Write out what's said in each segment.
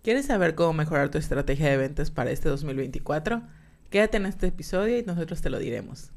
¿Quieres saber cómo mejorar tu estrategia de ventas para este 2024? Quédate en este episodio y nosotros te lo diremos.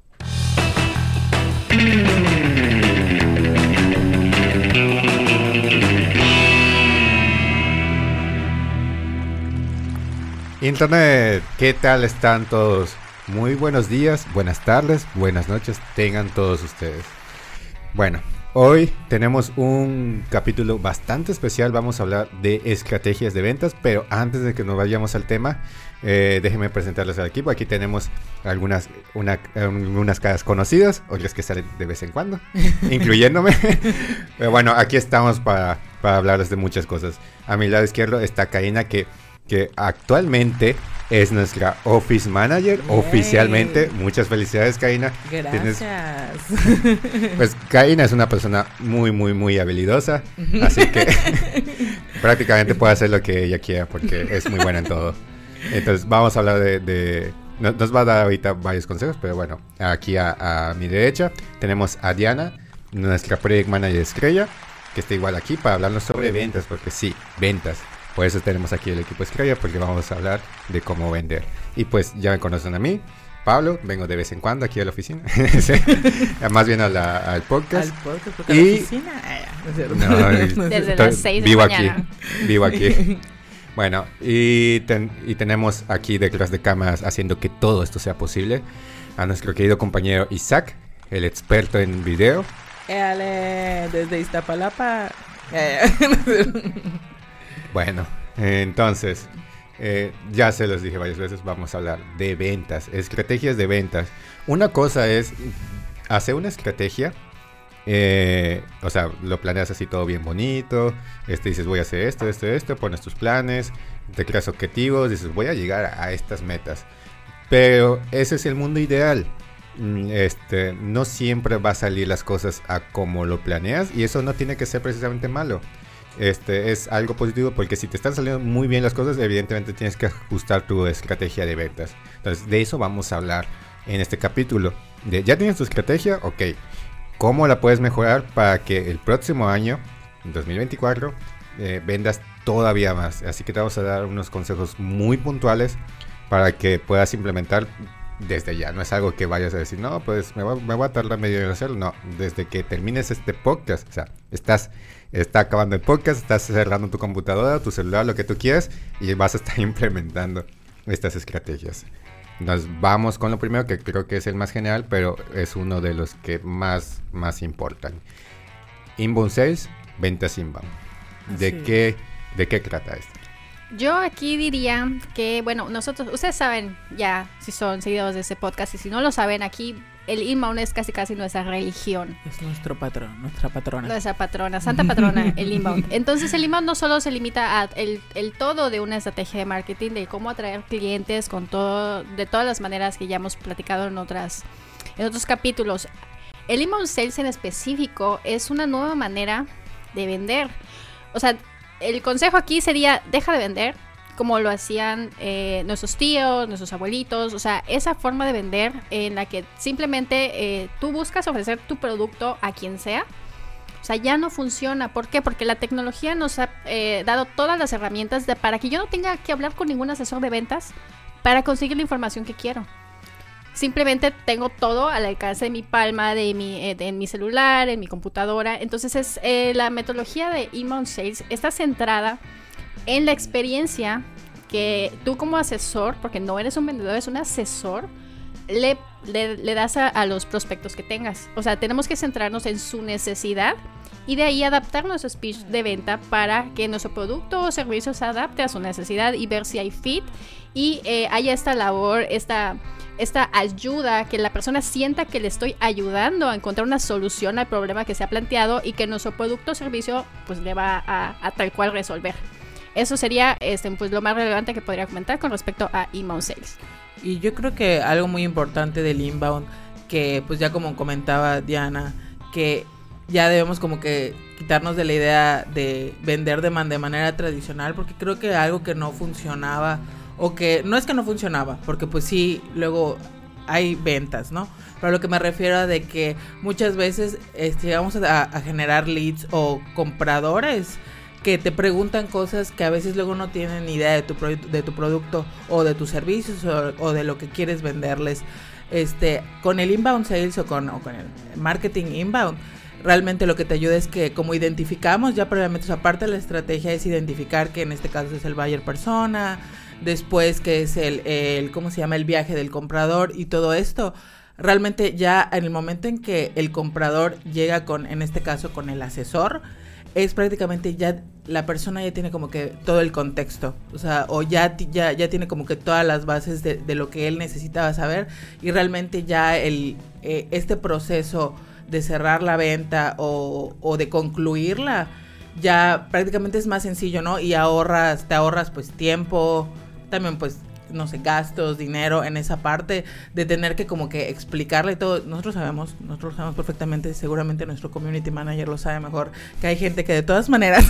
Internet, ¿qué tal están todos? Muy buenos días, buenas tardes, buenas noches, tengan todos ustedes. Bueno, hoy tenemos un capítulo bastante especial, vamos a hablar de estrategias de ventas, pero antes de que nos vayamos al tema, déjenme presentarles al equipo. Aquí tenemos algunas caras conocidas, otras que salen de vez en cuando, incluyéndome. Pero bueno, aquí estamos para hablarles de muchas cosas. A mi lado izquierdo está Karina, que actualmente es nuestra Office Manager. Yay. Oficialmente. Muchas felicidades, Karina. Gracias. Pues Karina es una persona muy habilidosa, así que prácticamente puede hacer lo que ella quiera porque es muy buena en todo. Entonces vamos a hablar nos va a dar ahorita varios consejos, pero bueno, aquí a mi derecha tenemos a Diana, nuestra Project Manager estrella, que está igual aquí para hablarnos sobre ventas, porque sí, ventas. Por eso tenemos aquí el equipo estrella, porque vamos a hablar de cómo vender. Y pues ya me conocen a mí, Pablo, vengo de vez en cuando aquí a la oficina. Sí, más bien al podcast. Al podcast, porque a la oficina. Desde las 6 de la mañana. Vivo aquí. Bueno, y tenemos aquí detrás de cámaras, haciendo que todo esto sea posible, a nuestro querido compañero Isaac, el experto en video. Éale, desde Iztapalapa. Bueno, entonces, ya se los dije varias veces, vamos a hablar de ventas, estrategias de ventas. Una cosa es hacer una estrategia, o sea, lo planeas así todo bien bonito, dices voy a hacer esto, pones tus planes, te creas objetivos, dices voy a llegar a estas metas. Pero ese es el mundo ideal. No siempre va a salir las cosas a como lo planeas, y eso no tiene que ser precisamente malo. Es algo positivo, porque si te están saliendo muy bien las cosas, evidentemente tienes que ajustar tu estrategia de ventas. Entonces de eso vamos a hablar en este capítulo. Ya tienes tu estrategia, ok, ¿cómo la puedes mejorar para que el próximo año, 2024, vendas todavía más? Así que te vamos a dar unos consejos muy puntuales para que puedas implementar desde ya. No es algo que vayas a decir, no, pues me voy a tardar medio en hacerlo. No, desde que termines este podcast, o sea, está acabando el podcast, estás cerrando tu computadora, tu celular, lo que tú quieras, y vas a estar implementando estas estrategias. Entonces vamos con lo primero, que creo que es el más general, pero es uno de los que más importan. Inbound Sales, ventas inbound. ¿De qué trata esto? Yo aquí diría que, bueno, ustedes saben ya si son seguidores de ese podcast, y si no lo saben, aquí el inbound es casi nuestra religión. Es nuestro patrón, nuestra patrona. Nuestra patrona, santa patrona, el inbound. Entonces el inbound no solo se limita a el todo de una estrategia de marketing, de cómo atraer clientes de todas las maneras que ya hemos platicado en otros capítulos. El inbound sales en específico es una nueva manera de vender. O sea, el consejo aquí sería, deja de vender como lo hacían nuestros tíos, nuestros abuelitos. O sea, esa forma de vender en la que simplemente tú buscas ofrecer tu producto a quien sea. O sea, ya no funciona. ¿Por qué? Porque la tecnología nos ha dado todas las herramientas para que yo no tenga que hablar con ningún asesor de ventas para conseguir la información que quiero. Simplemente tengo todo al alcance de mi palma, en mi celular, en mi computadora. Entonces la metodología de inbound sales está centrada en la experiencia que tú como asesor, porque no eres un vendedor, eres un asesor, le das a los prospectos que tengas. O sea, tenemos que centrarnos en su necesidad y de ahí adaptar nuestro speech de venta para que nuestro producto o servicio se adapte a su necesidad y ver si hay fit y haya esta labor, esta ayuda, que la persona sienta que le estoy ayudando a encontrar una solución al problema que se ha planteado y que nuestro producto o servicio pues le va a tal cual resolver. Eso sería pues lo más relevante que podría comentar con respecto a inbound sales. Y yo creo que algo muy importante del inbound, que pues ya como comentaba Diana, que ya debemos como que quitarnos de la idea de vender de manera tradicional, porque creo que algo que no funcionaba, o que no es que no funcionaba, porque pues sí, luego hay ventas, ¿no? Pero a lo que me refiero a de que muchas veces llegamos a generar leads o compradores que te preguntan cosas que a veces luego no tienen ni idea de tu producto o de tus servicios o de lo que quieres venderles. Con el inbound sales o con el marketing inbound, realmente lo que te ayuda es que como identificamos ya previamente, o sea, parte de la estrategia es identificar que en este caso es el buyer persona, después que es el ¿cómo se llama? El viaje del comprador y todo esto. Realmente ya en el momento en que el comprador llega en este caso con el asesor, es prácticamente ya la persona ya tiene como que todo el contexto, o sea, o ya tiene como que todas las bases de lo que él necesitaba saber, y realmente ya este proceso de cerrar la venta o de concluirla ya prácticamente es más sencillo, ¿no? Y te ahorras pues tiempo, también pues no sé, gastos, dinero en esa parte de tener que como que explicarle todo. Nosotros sabemos perfectamente, seguramente nuestro community manager lo sabe mejor, que hay gente que de todas maneras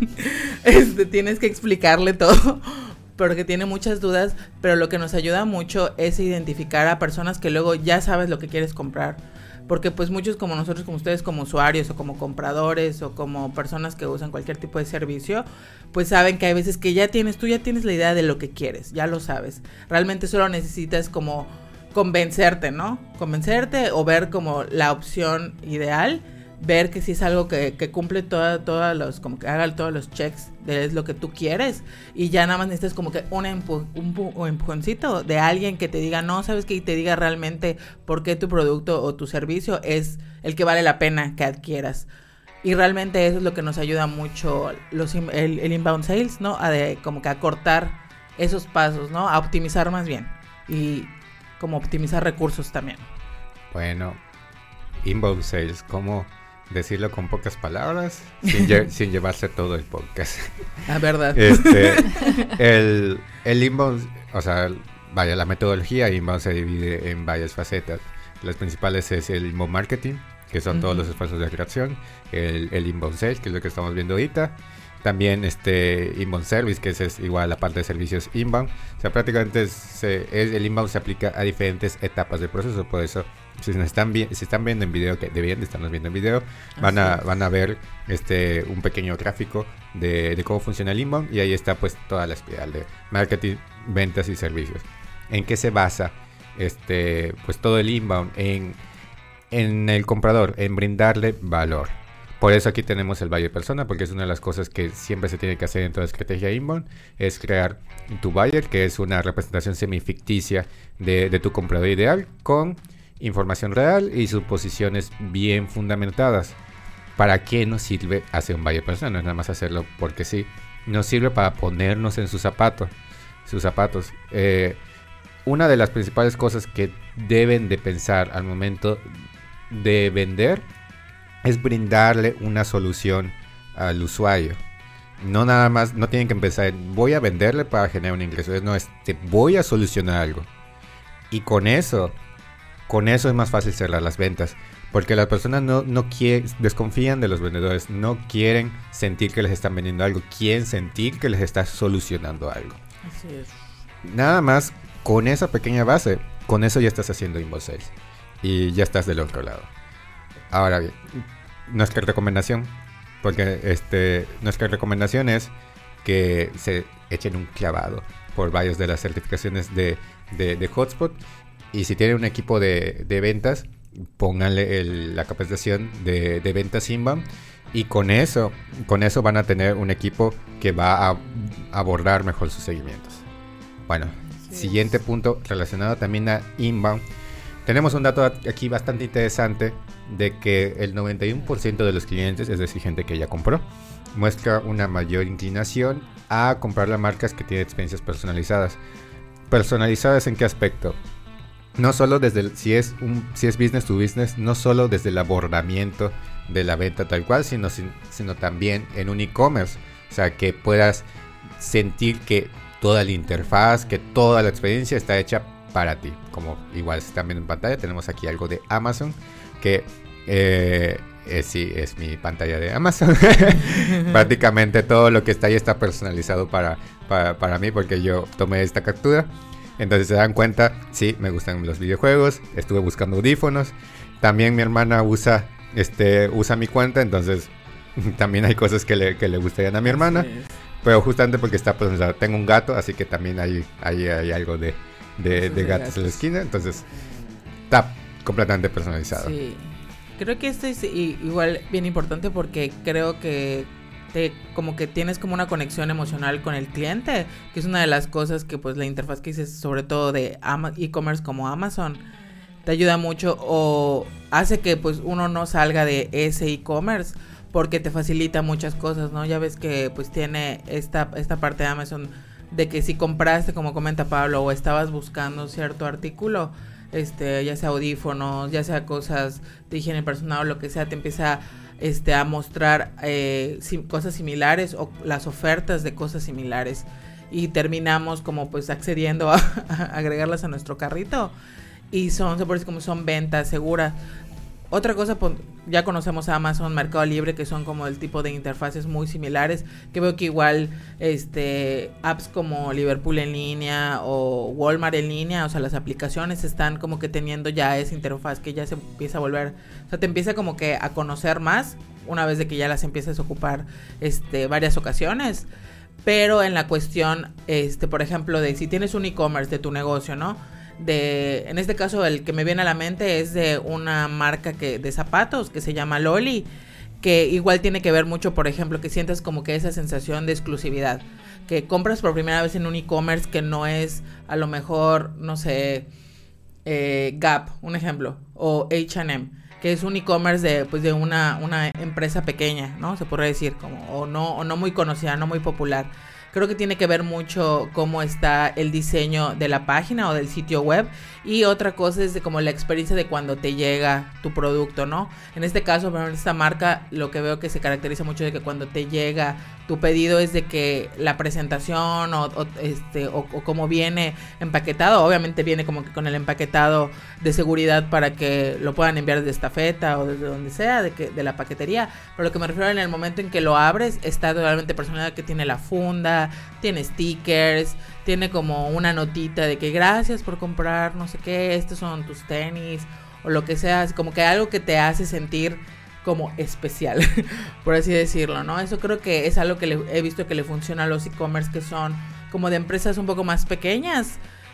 tienes que explicarle todo porque tiene muchas dudas, pero lo que nos ayuda mucho es identificar a personas que luego ya sabes lo que quieres comprar. Porque pues muchos como nosotros, como ustedes, como usuarios o como compradores o como personas que usan cualquier tipo de servicio, pues saben que hay veces que tú ya tienes la idea de lo que quieres, ya lo sabes. Realmente solo necesitas como convencerte, ¿no? Convencerte o ver como la opción ideal, ver que si es algo que cumple todas los, como que haga todos los checks de lo que tú quieres, y ya nada más necesitas como que un empujoncito de alguien que te diga, no, sabes que, y te diga realmente por qué tu producto o tu servicio es el que vale la pena que adquieras. Y realmente eso es lo que nos ayuda mucho el inbound sales, ¿no? Como que a cortar esos pasos, ¿no? A optimizar más bien, y como optimizar recursos también. Bueno, inbound sales, ¿cómo decirlo con pocas palabras sin llevarse todo el podcast? Ah, verdad. El inbound, o sea, la metodología inbound se divide en varias facetas. Las principales es el inbound marketing, que son todos los esfuerzos de creación, el inbound sales, que es lo que estamos viendo ahorita. También inbound service, que es igual a la parte de servicios inbound. O sea, prácticamente el inbound se aplica a diferentes etapas del proceso. Por eso, si están viendo en video, que deberían de estarnos viendo en video, van a ver un pequeño gráfico de cómo funciona el inbound, y ahí está pues toda la espiral de marketing, ventas y servicios. ¿En qué se basa pues todo el inbound? En el comprador, en brindarle valor. Por eso aquí tenemos el buyer persona, porque es una de las cosas que siempre se tiene que hacer en toda estrategia inbound, es crear tu buyer, que es una representación semificticia de tu comprador ideal, con información real y suposiciones bien fundamentadas. ¿Para qué nos sirve hacer un buyer persona? No es nada más hacerlo porque sí, nos sirve para ponernos en sus zapatos. Una de las principales cosas que deben de pensar al momento de vender es brindarle una solución al usuario. No nada más, no tienen que empezar voy a venderle para generar un ingreso. Te voy a solucionar algo. Y con eso es más fácil cerrar las ventas. Porque las personas desconfían de los vendedores. No quieren sentir que les están vendiendo algo. Quieren sentir que les estás solucionando algo. Así es. Nada más con esa pequeña base, con eso ya estás haciendo inbound sales. Y ya estás del otro lado. Ahora bien, nuestra recomendación, porque nuestra recomendación es que se echen un clavado por varias de las certificaciones de Hotspot, y si tienen un equipo de ventas, pónganle la capacitación de ventas inbound, y con eso van a tener un equipo que va a abordar mejor sus seguimientos. Bueno, siguiente punto relacionado también a inbound. Tenemos un dato aquí bastante interesante de que el 91% de los clientes, es decir, gente que ya compró, muestra una mayor inclinación a comprar las marcas que tienen experiencias personalizadas. ¿Personalizadas en qué aspecto? No solo si es business to business, no solo desde el abordamiento de la venta tal cual, sino también en un e-commerce. O sea, que puedas sentir que toda la interfaz, que toda la experiencia está hecha para ti. Como igual están viendo en pantalla, tenemos aquí algo de Amazon, que sí, es mi pantalla de Amazon. Prácticamente todo lo que está ahí está personalizado para mí, porque yo tomé esta captura. Entonces se dan cuenta, sí, me gustan los videojuegos, estuve buscando audífonos. También mi hermana usa mi cuenta, entonces también hay cosas que le gustarían a mi hermana. Sí. Pero justamente porque está personalizado. Tengo un gato, así que también hay algo de gatos en la esquina. Entonces, está completamente personalizado. Sí. Creo que esto es igual bien importante porque creo que como que tienes como una conexión emocional con el cliente, que es una de las cosas que pues la interfaz que dices, sobre todo de e-commerce como Amazon, te ayuda mucho o hace que pues uno no salga de ese e-commerce porque te facilita muchas cosas, ¿no? Ya ves que pues tiene esta parte de Amazon de que si compraste, como comenta Pablo, o estabas buscando cierto artículo, ya sea audífonos, ya sea cosas de higiene personal o lo que sea, te empieza a mostrar cosas similares o las ofertas de cosas similares y terminamos como pues accediendo a agregarlas a nuestro carrito y se puede decir como son ventas seguras. Otra cosa, pues, ya conocemos a Amazon, Mercado Libre, que son como el tipo de interfaces muy similares, que veo que igual apps como Liverpool en línea o Walmart en línea, o sea, las aplicaciones están como que teniendo ya esa interfaz que ya se empieza a volver, o sea, te empieza como que a conocer más una vez de que ya las empiezas a ocupar varias ocasiones. Pero en la cuestión, por ejemplo, de si tienes un e-commerce de tu negocio, ¿no? En este caso el que me viene a la mente es de una marca de zapatos que se llama Loli, que igual tiene que ver mucho, por ejemplo, que sientas como que esa sensación de exclusividad, que compras por primera vez en un e-commerce que no es a lo mejor, no sé, Gap, un ejemplo, o H&M, que es un e-commerce de una empresa pequeña, ¿no? Se podría decir, o no muy conocida, no muy popular. Creo que tiene que ver mucho cómo está el diseño de la página o del sitio web. Y otra cosa es como la experiencia de cuando te llega tu producto, ¿no? En este caso, por ejemplo, esta marca, lo que veo que se caracteriza mucho de que cuando te llega tu pedido es de que la presentación o cómo viene empaquetado, obviamente viene como que con el empaquetado de seguridad para que lo puedan enviar desde estafeta o desde donde sea, de la paquetería. Pero lo que me refiero en el momento en que lo abres, está totalmente personalizado, que tiene la funda, tiene stickers, tiene como una notita de que gracias por comprar no sé qué, estos son tus tenis o lo que sea, como que algo que te hace sentir como especial, por así decirlo, ¿no? Eso creo que es algo que he visto que le funciona a los e-commerce que son como de empresas un poco más pequeñas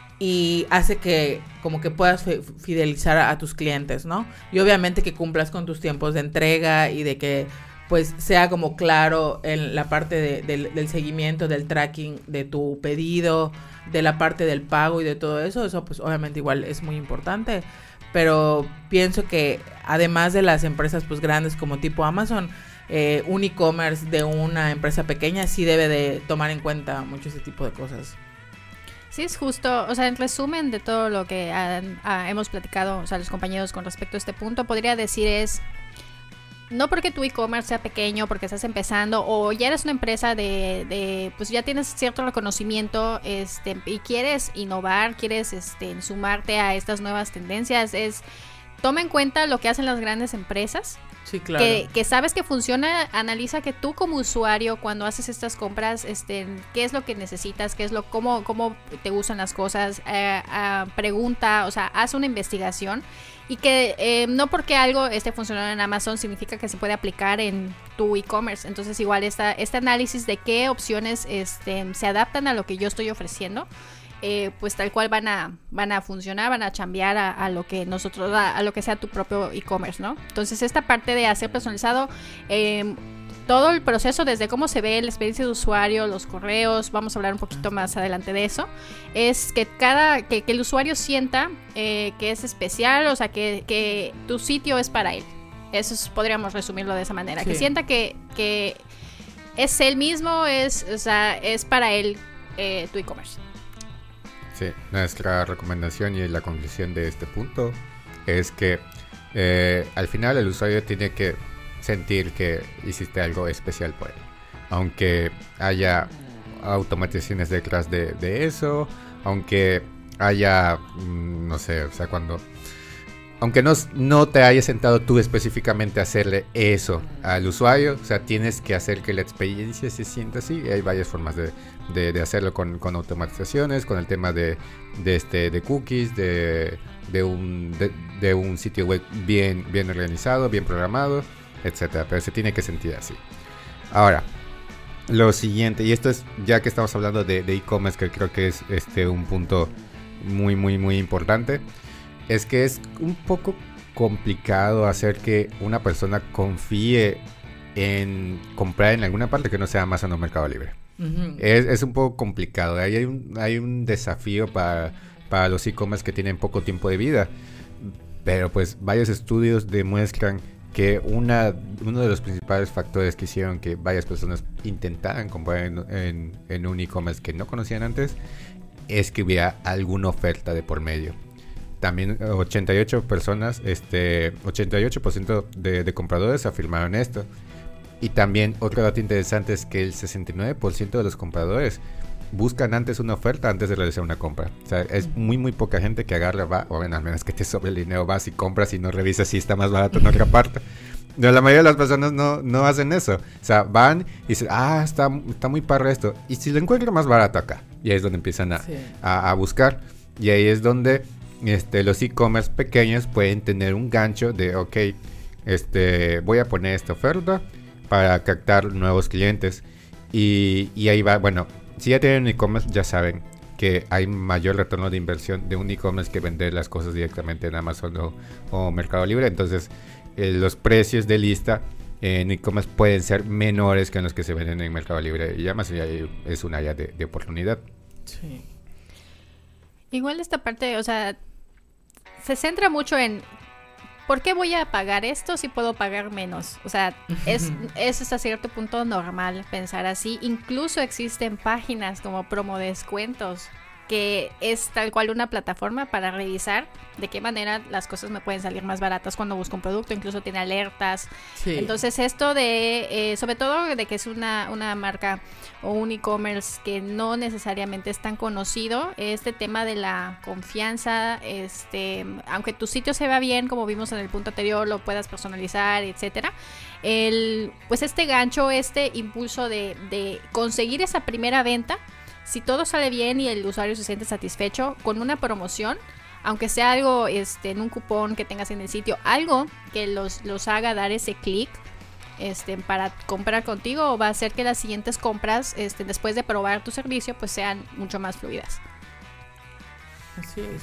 y hace que como que puedas fidelizar a tus clientes, ¿no? Y obviamente que cumplas con tus tiempos de entrega y de que pues sea como claro en la parte del seguimiento, del tracking de tu pedido, de la parte del pago y de todo eso. Eso pues obviamente igual es muy importante. Pero pienso que además de las empresas pues grandes como tipo Amazon, un e-commerce de una empresa pequeña sí debe de tomar en cuenta mucho ese tipo de cosas. Sí, es justo, o sea, en resumen de todo lo que hemos platicado, o sea, los compañeros con respecto a este punto, podría decir es, no porque tu e-commerce sea pequeño, porque estás empezando o ya eres una empresa pues ya tienes cierto reconocimiento y quieres innovar, quieres sumarte a estas nuevas tendencias, toma en cuenta lo que hacen las grandes empresas. Sí, claro. Que sabes que funciona, analiza que tú como usuario cuando haces estas compras, qué es lo que necesitas, cómo te gustan las cosas, pregunta, o sea, haz una investigación y que no porque algo esté funcionando en Amazon significa que se puede aplicar en tu e-commerce. Entonces igual este análisis de qué opciones se adaptan a lo que yo estoy ofreciendo. Pues tal cual van a funcionar, van a chambear a lo que nosotros, a lo que sea tu propio e-commerce, ¿no? Entonces esta parte de hacer personalizado, todo el proceso desde cómo se ve la experiencia de usuario, los correos, vamos a hablar un poquito más adelante de eso, es que que el usuario sienta que es especial, o sea que tu sitio es para él. Eso podríamos resumirlo de esa manera, sí. Que sienta que es él mismo, es para él tu e-commerce. Sí, nuestra recomendación y la conclusión de este punto es que al final el usuario tiene que sentir que hiciste algo especial por él. Aunque haya automatizaciones detrás de eso, aunque haya, no sé, o sea, aunque no te hayas sentado tú específicamente a hacerle eso al usuario, o sea, tienes que hacer que la experiencia se sienta así. Y hay varias formas de hacerlo con automatizaciones, con el tema de cookies, de un sitio web bien organizado, bien programado. etcétera, pero se tiene que sentir así. Ahora, lo siguiente, y esto es ya que estamos hablando de e-commerce, que creo que es un punto muy importante, es que es un poco complicado hacer que una persona confíe en comprar en alguna parte que no sea Amazon o Mercado Libre. Uh-huh. Es un poco complicado. Ahí hay un desafío para los e-commerce que tienen poco tiempo de vida, pero pues varios estudios demuestran que uno de los principales factores que hicieron que varias personas intentaran comprar en un e-commerce que no conocían antes es que hubiera alguna oferta de por medio. También 88% de compradores afirmaron esto. Y también otro dato interesante es que el 69% de los compradores buscan antes una oferta antes de realizar una compra. O sea, es muy poca gente que agarra, o bueno, al menos que te sobre el dinero, vas y compras y no revisas si está más barato en otra parte. No, la mayoría de las personas no hacen eso. O sea, van y dicen, está muy parro esto. Y si lo encuentro más barato acá. Y ahí es donde empiezan a buscar. Y ahí es donde los e-commerce pequeños pueden tener un gancho de, ok, voy a poner esta oferta para captar nuevos clientes. Y ahí va, bueno, si ya tienen un e-commerce, ya saben que hay mayor retorno de inversión de un e-commerce que vender las cosas directamente en Amazon o Mercado Libre. Entonces, los precios de lista en e-commerce pueden ser menores que en los que se venden en Mercado Libre. Y además es un área de oportunidad. Sí. Igual esta parte, o sea, se centra mucho en ¿por qué voy a pagar esto si puedo pagar menos? O sea, es hasta cierto punto normal pensar así. Incluso existen páginas como Promo Descuentos, que es tal cual una plataforma para revisar de qué manera las cosas me pueden salir más baratas cuando busco un producto. Incluso tiene alertas. Sí. Entonces esto de, sobre todo de que es una marca o un e-commerce que no necesariamente es tan conocido, este tema de la confianza, aunque tu sitio se vea bien, como vimos en el punto anterior, lo puedas personalizar, etcétera, pues este gancho, este impulso de conseguir esa primera venta, si todo sale bien y el usuario se siente satisfecho con una promoción, aunque sea algo en un cupón que tengas en el sitio, algo que los haga dar ese clic para comprar contigo, va a hacer que las siguientes compras después de probar tu servicio pues sean mucho más fluidas. Así es.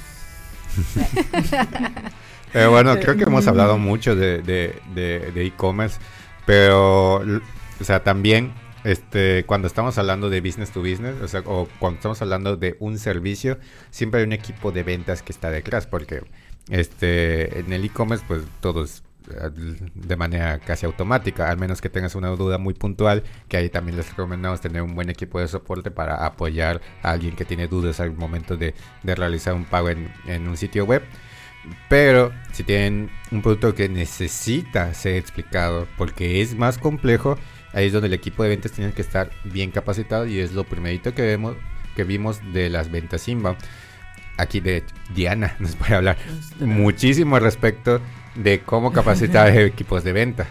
Pero bueno, creo que hemos hablado mucho de e-commerce, pero o sea, también cuando estamos hablando de business to business, o sea, o cuando estamos hablando de un servicio, siempre hay un equipo de ventas que está detrás, porque en el e-commerce pues todo es de manera casi automática, al menos que tengas una duda muy puntual, que ahí también les recomendamos tener un buen equipo de soporte para apoyar a alguien que tiene dudas al momento de realizar un pago en un sitio web. Pero si tienen un producto que necesita ser explicado porque es más complejo, ahí es donde el equipo de ventas tiene que estar bien capacitado, y es lo primerito que vimos de las ventas inbound. Aquí de Diana nos puede hablar muchísimo al respecto de cómo capacitar equipos de venta.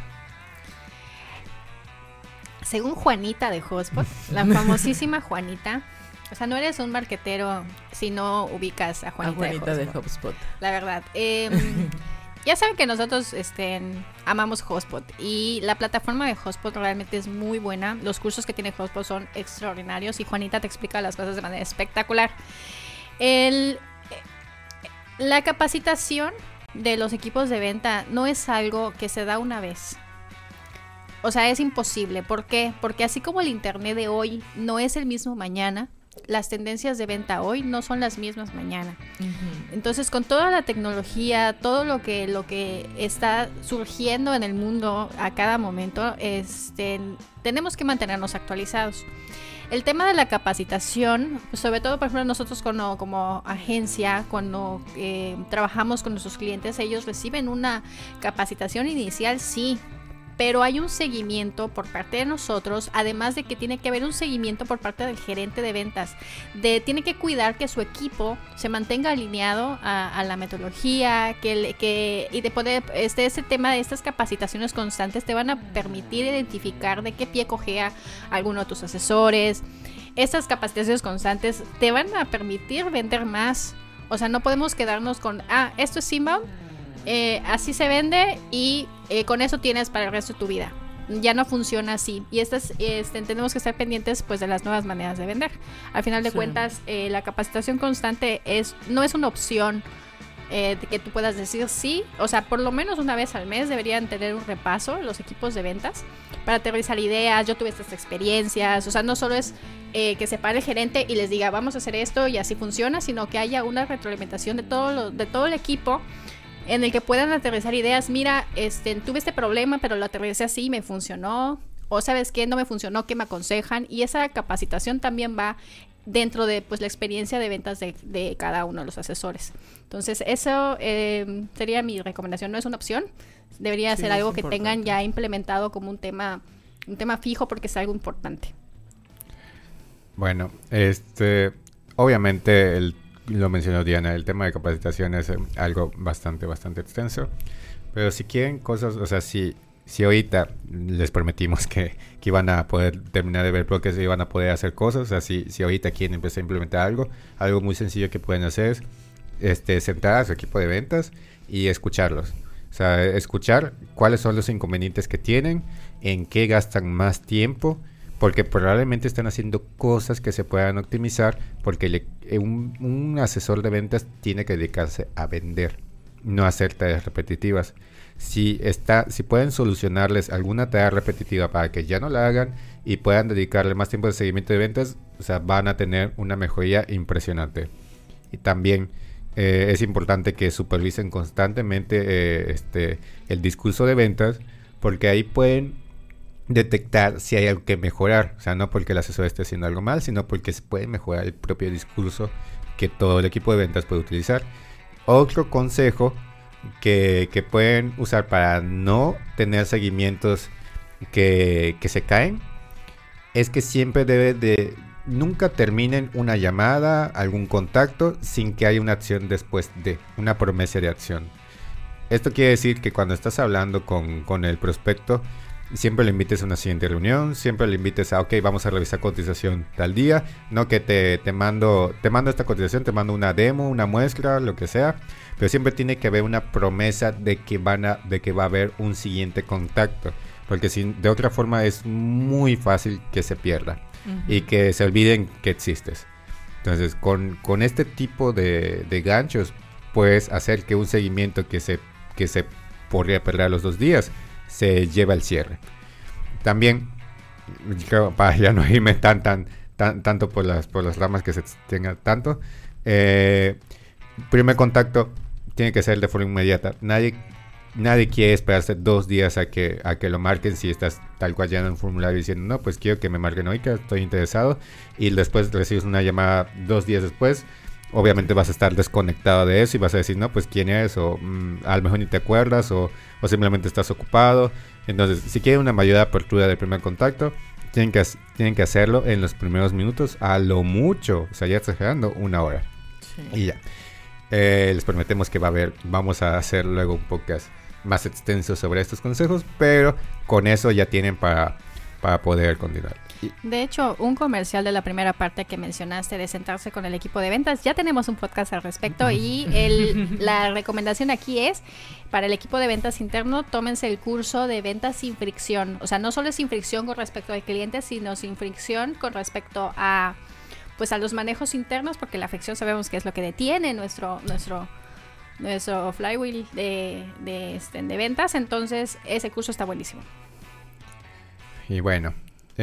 Según Juanita de HubSpot, la famosísima Juanita, o sea, no eres un marketero si no ubicas a Juanita de HubSpot. La verdad. Ya saben que nosotros amamos HubSpot, y la plataforma de HubSpot realmente es muy buena. Los cursos que tiene HubSpot son extraordinarios y Juanita te explica las cosas de manera espectacular. La capacitación de los equipos de venta no es algo que se da una vez. O sea, es imposible. ¿Por qué? Porque así como el internet de hoy no es el mismo mañana, las tendencias de venta hoy no son las mismas mañana. Uh-huh. Entonces, con toda la tecnología, todo lo que está surgiendo en el mundo a cada momento, tenemos que mantenernos actualizados. El tema de la capacitación, sobre todo, por ejemplo, nosotros como agencia, cuando trabajamos con nuestros clientes, ellos reciben una capacitación inicial, sí, pero hay un seguimiento por parte de nosotros, además de que tiene que haber un seguimiento por parte del gerente de ventas. Tiene que cuidar que su equipo se mantenga alineado a la metodología, y de poder, ese tema de estas capacitaciones constantes te van a permitir identificar de qué pie cojea alguno de tus asesores. Estas capacitaciones constantes te van a permitir vender más. O sea, no podemos quedarnos con, esto es inbound, así se vende y con eso tienes para el resto de tu vida. Ya no funciona así. Y tenemos que estar pendientes pues de las nuevas maneras de vender. Al final de cuentas, la capacitación constante no es una opción de que tú puedas decir sí. O sea, por lo menos una vez al mes deberían tener un repaso los equipos de ventas para aterrizar ideas. Yo tuve estas experiencias. O sea, no solo es que se pare el gerente y les diga vamos a hacer esto y así funciona, sino que haya una retroalimentación de todo el equipo, en el que puedan aterrizar ideas. Mira, tuve este problema, pero lo aterricé así y me funcionó. O ¿sabes qué? No me funcionó, ¿qué me aconsejan? Y esa capacitación también va dentro de pues la experiencia de ventas de cada uno de los asesores. Entonces, eso sería mi recomendación. No es una opción. Debería ser algo que tengan ya implementado como un tema fijo, porque es algo importante. Bueno, obviamente lo mencionó Diana, el tema de capacitación es algo bastante extenso, pero si quieren cosas, o sea, si ahorita les prometimos que iban a poder terminar de ver bloques y iban a poder hacer cosas, o sea, si ahorita quieren empezar a implementar algo muy sencillo que pueden hacer es sentar a su equipo de ventas y escucharlos. O sea, escuchar cuáles son los inconvenientes que tienen, en qué gastan más tiempo, porque probablemente están haciendo cosas que se puedan optimizar, porque un asesor de ventas tiene que dedicarse a vender, no a hacer tareas repetitivas. Si pueden solucionarles alguna tarea repetitiva para que ya no la hagan y puedan dedicarle más tiempo de seguimiento de ventas, o sea, van a tener una mejoría impresionante. Y también es importante que supervisen constantemente el discurso de ventas, porque ahí pueden detectar si hay algo que mejorar. O sea, no porque el asesor esté haciendo algo mal, sino porque se puede mejorar el propio discurso que todo el equipo de ventas puede utilizar. Otro consejo que pueden usar para no tener seguimientos que se caen es que siempre nunca terminen una llamada, algún contacto sin que haya una acción después de una promesa de acción. Esto quiere decir que cuando estás hablando con el prospecto, siempre le invites a una siguiente reunión, siempre le invites a, ok, vamos a revisar cotización tal día, no que te mando esta cotización, te mando una demo, una muestra, lo que sea, pero siempre tiene que haber una promesa de que va a haber un siguiente contacto, porque de otra forma es muy fácil que se pierda y que se olviden que existes. Entonces, con este tipo de ganchos, puedes hacer que un seguimiento que se podría perder a los 2 días, se lleva al cierre. También, para ya no irme tanto por las ramas que se tenga tanto, primer contacto tiene que ser de forma inmediata. Nadie quiere esperarse 2 días a que lo marquen si estás tal cual ya en un formulario diciendo, no, pues quiero que me marquen hoy, que estoy interesado, y después recibes una llamada 2 días después. Obviamente vas a estar desconectado de eso y vas a decir, no, pues quién es, o a lo mejor ni te acuerdas, o simplemente estás ocupado. Entonces, si quieren una mayor apertura del primer contacto, tienen que hacerlo en los primeros minutos, a lo mucho, o sea, ya exagerando, 1 hora. Sí. Y ya. Les prometemos que vamos a hacer luego un podcast más extenso sobre estos consejos, pero con eso ya tienen para poder continuar. De hecho, un comercial de la primera parte que mencionaste de sentarse con el equipo de ventas, ya tenemos un podcast al respecto y la recomendación aquí es, para el equipo de ventas interno, tómense el curso de ventas sin fricción. O sea, no solo es sin fricción con respecto al cliente, sino sin fricción con respecto a los manejos internos, porque la fricción sabemos que es lo que detiene nuestro flywheel de ventas. Entonces, ese curso está buenísimo. Y bueno,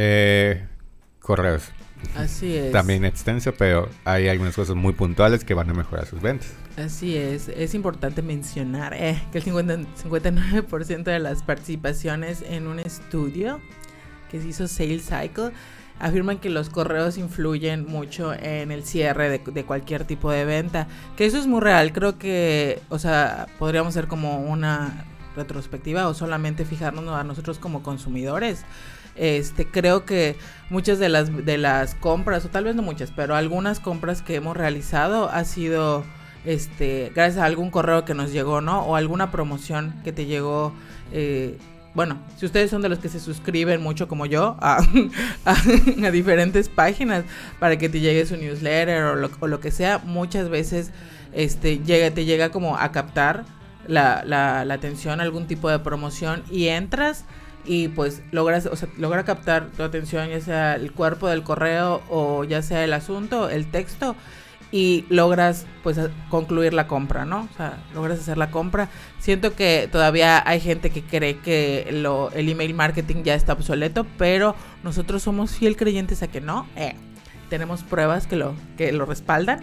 correos. Así es. También extenso, pero hay algunas cosas muy puntuales que van a mejorar sus ventas. Así es importante mencionar que el 59% de las participaciones en un estudio que se hizo Sales Cycle afirman que los correos influyen mucho en el cierre de cualquier tipo de venta, que eso es muy real. Creo que, o sea, podríamos hacer como una retrospectiva o solamente fijarnos a nosotros como consumidores. Creo que muchas de las compras, o tal vez no muchas, pero algunas compras que hemos realizado ha sido gracias a algún correo que nos llegó, ¿no? O alguna promoción que te llegó. Bueno, si ustedes son de los que se suscriben mucho como yo a diferentes páginas para que te llegue su newsletter o lo que sea, muchas veces te llega como a captar la atención a algún tipo de promoción y entras y pues logra captar tu atención, ya sea el cuerpo del correo o ya sea el asunto, el texto, y logras pues concluir la compra, ¿no? O sea, logras hacer la compra. Siento que todavía hay gente que cree que el email marketing ya está obsoleto, pero nosotros somos fiel creyentes a que no. Tenemos pruebas que lo respaldan.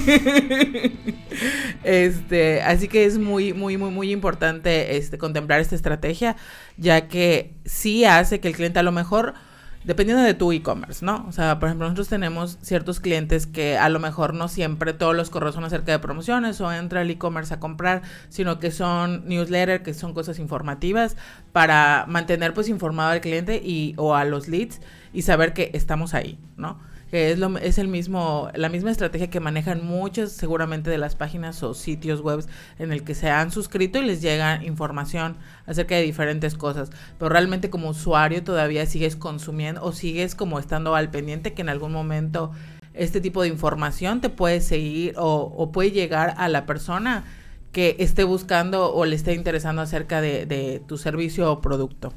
Así que es muy, muy, muy, muy importante contemplar esta estrategia, ya que sí hace que el cliente a lo mejor, dependiendo de tu e-commerce, ¿no? O sea, por ejemplo, nosotros tenemos ciertos clientes que a lo mejor no siempre todos los correos son acerca de promociones o entra al e-commerce a comprar, sino que son newsletter, que son cosas informativas para mantener pues informado al cliente o a los leads y saber que estamos ahí, ¿no? Que es la misma estrategia que manejan muchas seguramente de las páginas o sitios web en el que se han suscrito y les llega información acerca de diferentes cosas, pero realmente como usuario todavía sigues consumiendo o sigues como estando al pendiente que en algún momento este tipo de información te puede seguir o puede llegar a la persona que esté buscando o le esté interesando acerca de tu servicio o producto.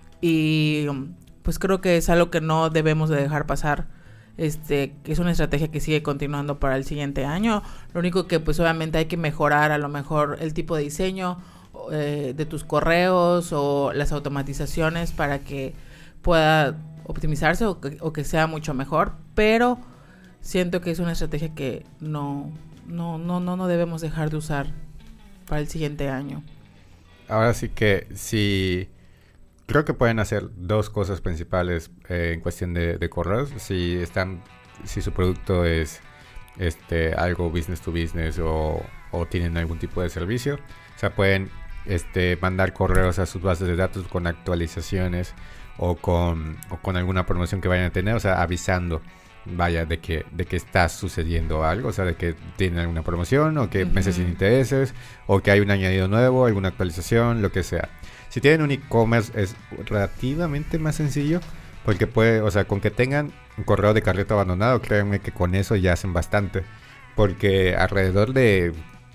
Y pues creo que es algo que no debemos de dejar pasar. Que es una estrategia que sigue continuando para el siguiente año. Lo único que pues obviamente hay que mejorar a lo mejor el tipo de diseño de tus correos o las automatizaciones para que pueda optimizarse o que sea mucho mejor, pero siento que es una estrategia que no debemos dejar de usar para el siguiente año. Ahora sí que sí. Creo que pueden hacer dos cosas principales en cuestión de correos. Si su producto es algo business to business o tienen algún tipo de servicio, o sea, pueden mandar correos a sus bases de datos con actualizaciones o con alguna promoción que vayan a tener, o sea, avisando, vaya, de que está sucediendo algo, o sea, de que tienen alguna promoción o que meses sin intereses o que hay un añadido nuevo, alguna actualización, lo que sea. Si tienen un e-commerce es relativamente más sencillo porque con que tengan un correo de carrito abandonado, créanme que con eso ya hacen bastante, porque alrededor de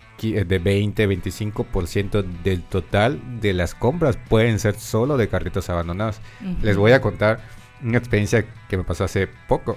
20-25% del total de las compras pueden ser solo de carritos abandonados. Les voy a contar una experiencia que me pasó hace poco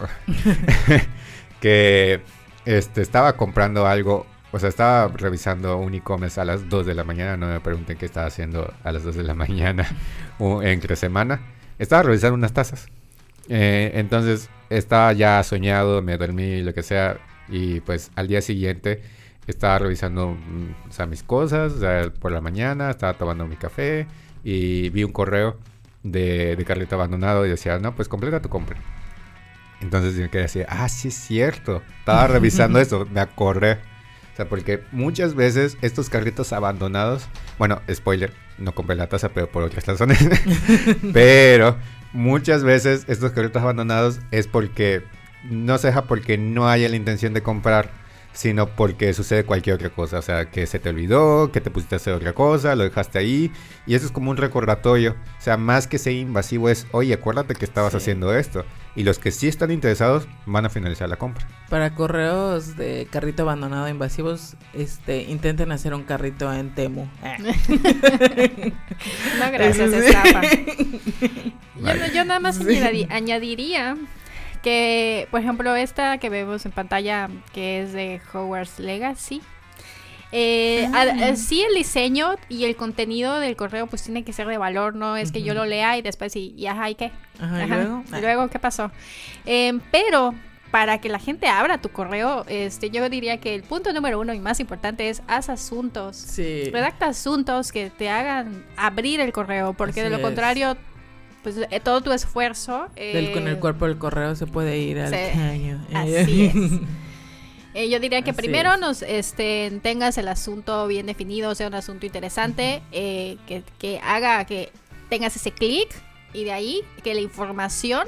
que estaba comprando algo. O sea, estaba revisando un e-commerce a las 2 de la mañana. No me pregunten qué estaba haciendo a las 2 de la mañana entre semana. Estaba revisando unas tazas. Entonces, estaba ya soñado, me dormí, lo que sea. Y pues al día siguiente estaba revisando mis cosas. O sea, por la mañana estaba tomando mi café. Y vi un correo de carrito abandonado. Y decía, no, pues completa tu compra. Entonces yo quedé así, sí es cierto. Estaba revisando eso, me acordé. O sea, porque muchas veces estos carritos abandonados, bueno, spoiler, no compré la taza, pero por otras razones. Pero muchas veces estos carritos abandonados es porque no se deja porque no haya la intención de comprar, sino porque sucede cualquier otra cosa. O sea, que se te olvidó, que te pusiste a hacer otra cosa, lo dejaste ahí. Y eso es como un recordatorio. O sea, más que ser invasivo es, oye, acuérdate que estabas haciendo esto. Y los que sí están interesados van a finalizar la compra. Para correos de carrito abandonado invasivos, intenten hacer un carrito en Temu. No, gracias, estafa. Yo nada más añadiría que, por ejemplo, esta que vemos en pantalla, que es de Hogwarts Legacy, sí, el diseño y el contenido del correo pues tiene que ser de valor, no es que yo lo lea y después ¿y qué? ¿Y luego qué pasó? Pero para que la gente abra tu correo, yo diría que el punto número 1 y más importante es haz asuntos. Sí. Redacta asuntos que te hagan abrir el correo, porque así de lo contrario, pues todo tu esfuerzo con el cuerpo del correo se puede ir al caño. Así es. Yo diría que primero tengas el asunto bien definido, sea un asunto interesante, que haga que tengas ese clic y de ahí que la información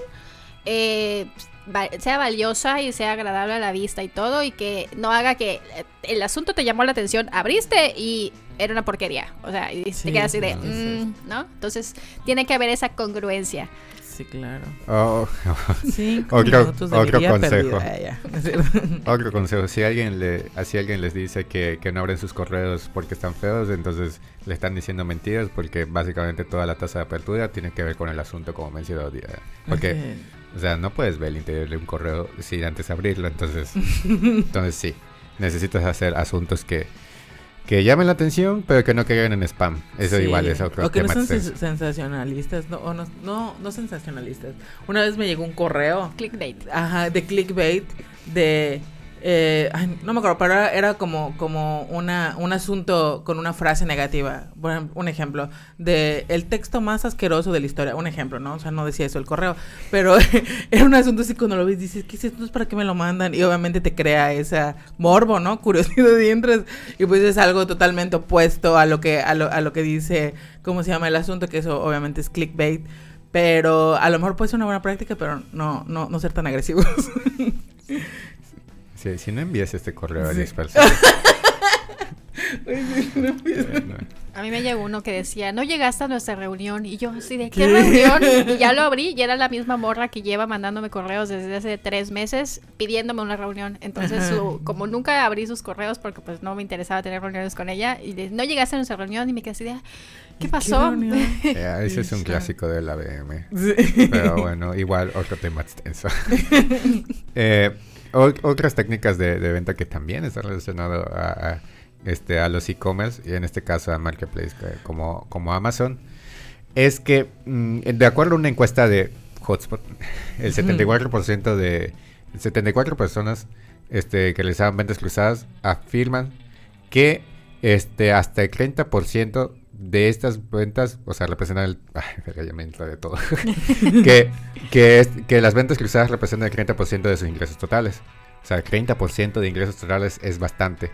sea valiosa y sea agradable a la vista y todo, y que no haga que el asunto te llamó la atención, abriste y era una porquería, o sea, y te quedas así de, ¿no? Entonces tiene que haber esa congruencia. Sí, claro. Oh, 5 otro minutos de mi día consejo. perdida, ya. ¿No es cierto? Otro consejo, si alguien les dice que no abren sus correos porque están feos, entonces le están diciendo mentiras, porque básicamente toda la tasa de apertura tiene que ver con el asunto, como mencioné. Porque, o sea, no puedes ver el interior de un correo sin antes abrirlo, entonces sí, necesitas hacer asuntos que llamen la atención, pero que no caigan en spam. Eso Sí. igual es otro O que no tema. son sensacionalistas, no sensacionalistas. Una vez me llegó un correo, Clickbait. ajá, de clickbait, de... ay, no me acuerdo, pero era como un asunto con una frase negativa. Por ejemplo, un ejemplo de el texto más asqueroso de la historia. Un ejemplo, ¿no? O sea, no decía eso el correo, pero era un asunto así, cuando lo ves dices, ¿qué es esto? ¿Para qué me lo mandan? Y obviamente te crea esa morbo, ¿no? Curiosidad y entras, y pues es algo totalmente opuesto a lo que dice, ¿cómo se llama el asunto? Que eso obviamente es clickbait. Pero a lo mejor puede ser una buena práctica, pero no ser tan agresivos. Sí, si no envías este correo a Sí. 10 personas. A mí me llegó uno que decía, no llegaste a nuestra reunión. Y yo así de, ¿qué reunión? Y ya lo abrí y era la misma morra que lleva mandándome correos desde hace 3 meses pidiéndome una reunión. Entonces, como nunca abrí sus correos porque pues no me interesaba tener reuniones con ella, y no llegaste a nuestra reunión, y me quedé así de, ¿qué pasó? Ese es un clásico de la BM. Sí. Pero bueno, igual otro tema extenso. Otras técnicas de venta que también están relacionadas a los e-commerce, y en este caso a Marketplace como Amazon, es que de acuerdo a una encuesta de Hotspot, el 74 personas que realizaban ventas cruzadas afirman que hasta el 30% de estas ventas, o sea, representan ya me entra de todo. que las ventas cruzadas representan el 30% de sus ingresos totales. O sea, el 30% de ingresos totales es bastante.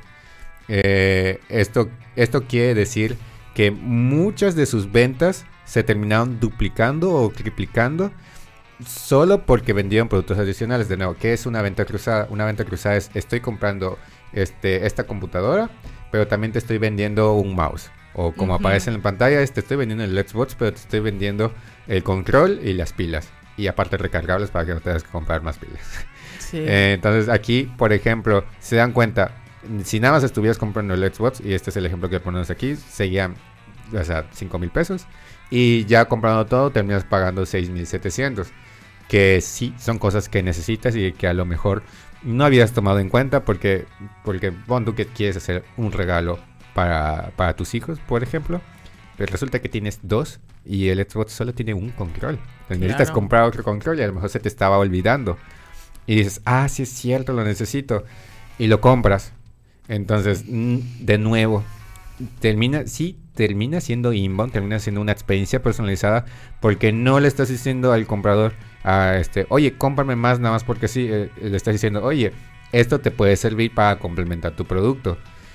Esto quiere decir que muchas de sus ventas se terminaron duplicando o triplicando solo porque vendieron productos adicionales. De nuevo, ¿qué es una venta cruzada? Una venta cruzada es, estoy comprando esta computadora, pero también te estoy vendiendo un mouse. O como aparece en la pantalla, te estoy vendiendo el Xbox, pero te estoy vendiendo el control y las pilas. Y aparte recargables para que no tengas que comprar más pilas. Sí. Entonces aquí, por ejemplo, se dan cuenta, si nada más estuvieras comprando el Xbox, y este es el ejemplo que ponemos aquí, seguían, o sea, 5,000 pesos. Y ya comprando todo, terminas pagando 6,700. Que sí, son cosas que necesitas y que a lo mejor no habías tomado en cuenta porque pon tú que quieres hacer un regalo para tus hijos, por ejemplo, pero resulta que tienes 2 y el Xbox solo tiene un control. Entonces necesitas comprar otro control y a lo mejor se te estaba olvidando. Y dices, sí es cierto, lo necesito. Y lo compras. Entonces, de nuevo, termina siendo inbound, termina siendo una experiencia personalizada, porque no le estás diciendo al comprador, oye, cómprame más nada más porque sí. Le estás diciendo, oye, esto te puede servir para complementar tu producto.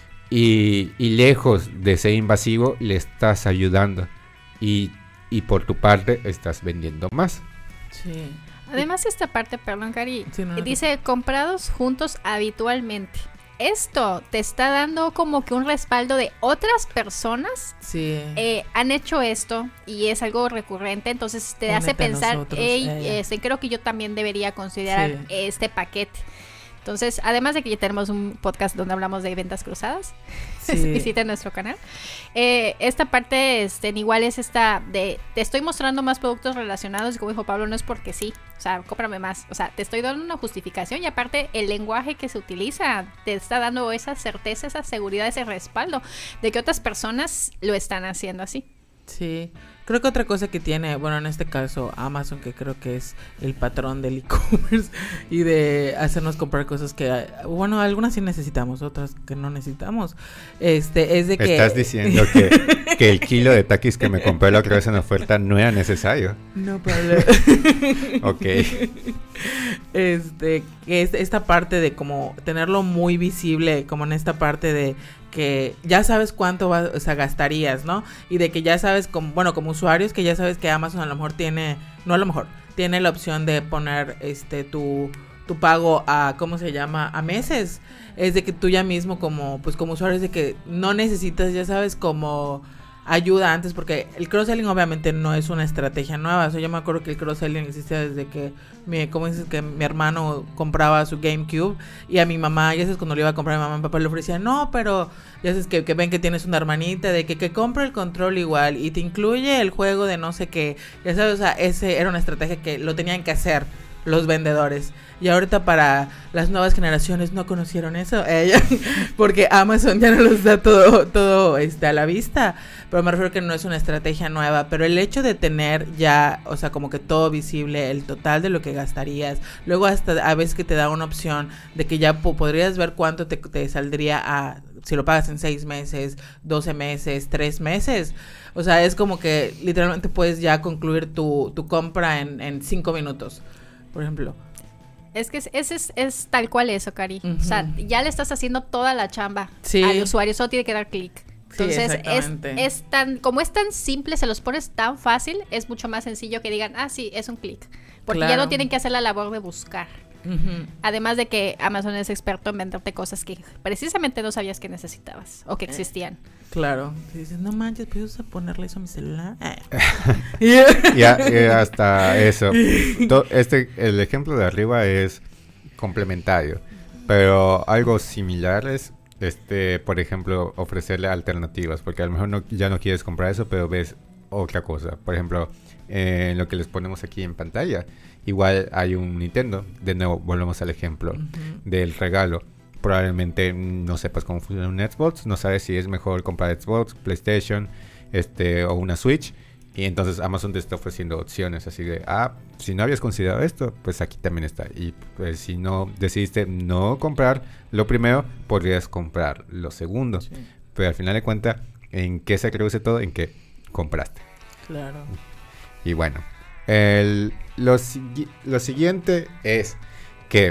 Y lejos de ser invasivo, le estás ayudando. Y por tu parte, estás vendiendo más. Sí. Además, esta parte, perdón, Cari, Sí, no. dice comprados juntos habitualmente. Esto te está dando como que un respaldo de otras personas. Sí. Han hecho esto y es algo recurrente, entonces te hace Únete a pensar, nosotros, creo que yo también debería considerar Sí. este paquete. Entonces, además de que ya tenemos un podcast donde hablamos de ventas cruzadas, Sí. visiten nuestro canal. Esta parte igual es esta de te estoy mostrando más productos relacionados, y como dijo Pablo, no es porque sí, o sea, cómprame más, o sea, te estoy dando una justificación, y aparte el lenguaje que se utiliza te está dando esa certeza, esa seguridad, ese respaldo de que otras personas lo están haciendo así. Sí, creo que otra cosa que tiene, bueno, en este caso Amazon, que creo que es el patrón del e-commerce y de hacernos comprar cosas que, bueno, algunas sí necesitamos, otras que no necesitamos. Es de que Estás diciendo que el kilo de taquis que me compré la otra vez en oferta no era necesario. No, Pablo. Ok. Que es esta parte de como tenerlo muy visible, como en esta parte de que ya sabes cuánto gastarías, ¿no? Y de que ya sabes, como usuarios, que ya sabes que Amazon a lo mejor tiene la opción de poner tu pago a, ¿cómo se llama? A meses. Es de que tú ya mismo como usuario, es de que no necesitas, ya sabes, como ayuda antes, porque el cross-selling obviamente no es una estrategia nueva. O sea, yo me acuerdo que el cross-selling existe desde que como dices, que mi hermano compraba su GameCube y a mi mamá, ya sabes, cuando le iba a comprar a mi mamá, mi papá le ofrecía, no, pero ya sabes que ven que tienes una hermanita, de que compra el control igual y te incluye el juego de no sé qué, ya sabes, o sea, ese era una estrategia que lo tenían que hacer los vendedores. Y ahorita para las nuevas generaciones no conocieron eso, porque Amazon ya no los da todo a la vista. Pero me refiero que no es una estrategia nueva. Pero el hecho de tener ya, o sea, como que todo visible, el total de lo que gastarías. Luego hasta a veces que te da una opción de que ya podrías ver cuánto te saldría si lo pagas en 6 meses, 12 meses, 3 meses. O sea, es como que literalmente puedes ya concluir tu compra en 5 minutos, por ejemplo. Es que es tal cual eso, Cari. O sea, ya le estás haciendo toda la chamba al usuario, solo tiene que dar clic. Entonces, es tan simple, se los pones tan fácil, es mucho más sencillo que digan, sí, es un clic. Porque ya no tienen que hacer la labor de buscar. Además de que Amazon es experto en venderte cosas que precisamente no sabías que necesitabas o que existían. Claro. Si dices, no manches, ¿puedes ponerle eso a mi celular? Y hasta eso. El ejemplo de arriba es complementario, pero algo similar es, por ejemplo, ofrecerle alternativas, porque a lo mejor ya no quieres comprar eso, pero ves otra cosa. Por ejemplo, lo que les ponemos aquí en pantalla, igual hay un Nintendo. De nuevo, volvemos al ejemplo del regalo. Probablemente no sepas cómo funciona un Xbox, no sabes si es mejor comprar Xbox, PlayStation, o una Switch, y entonces Amazon te está ofreciendo opciones así de, si no habías considerado esto, pues aquí también está. Y pues si no decidiste no comprar lo primero, podrías comprar lo segundo. Sí. Pero al final de cuentas, ¿en qué se reduce todo? En que compraste. Claro. Y bueno, lo siguiente es que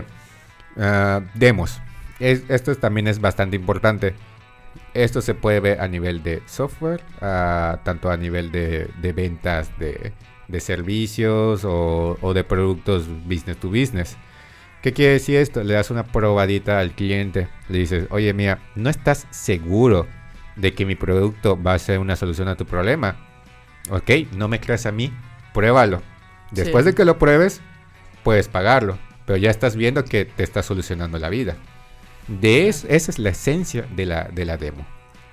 demos. Esto también es bastante importante. Esto se puede ver a nivel de software, tanto a nivel de ventas de servicios o de productos business to business. ¿Qué quiere decir esto? Le das una probadita al cliente. Le dices, oye, mira, ¿no estás seguro de que mi producto va a ser una solución a tu problema? Ok, no me creas a mí, pruébalo. Después de que lo pruebes, puedes pagarlo, pero ya estás viendo que te está solucionando la vida. Esa es la esencia de la demo.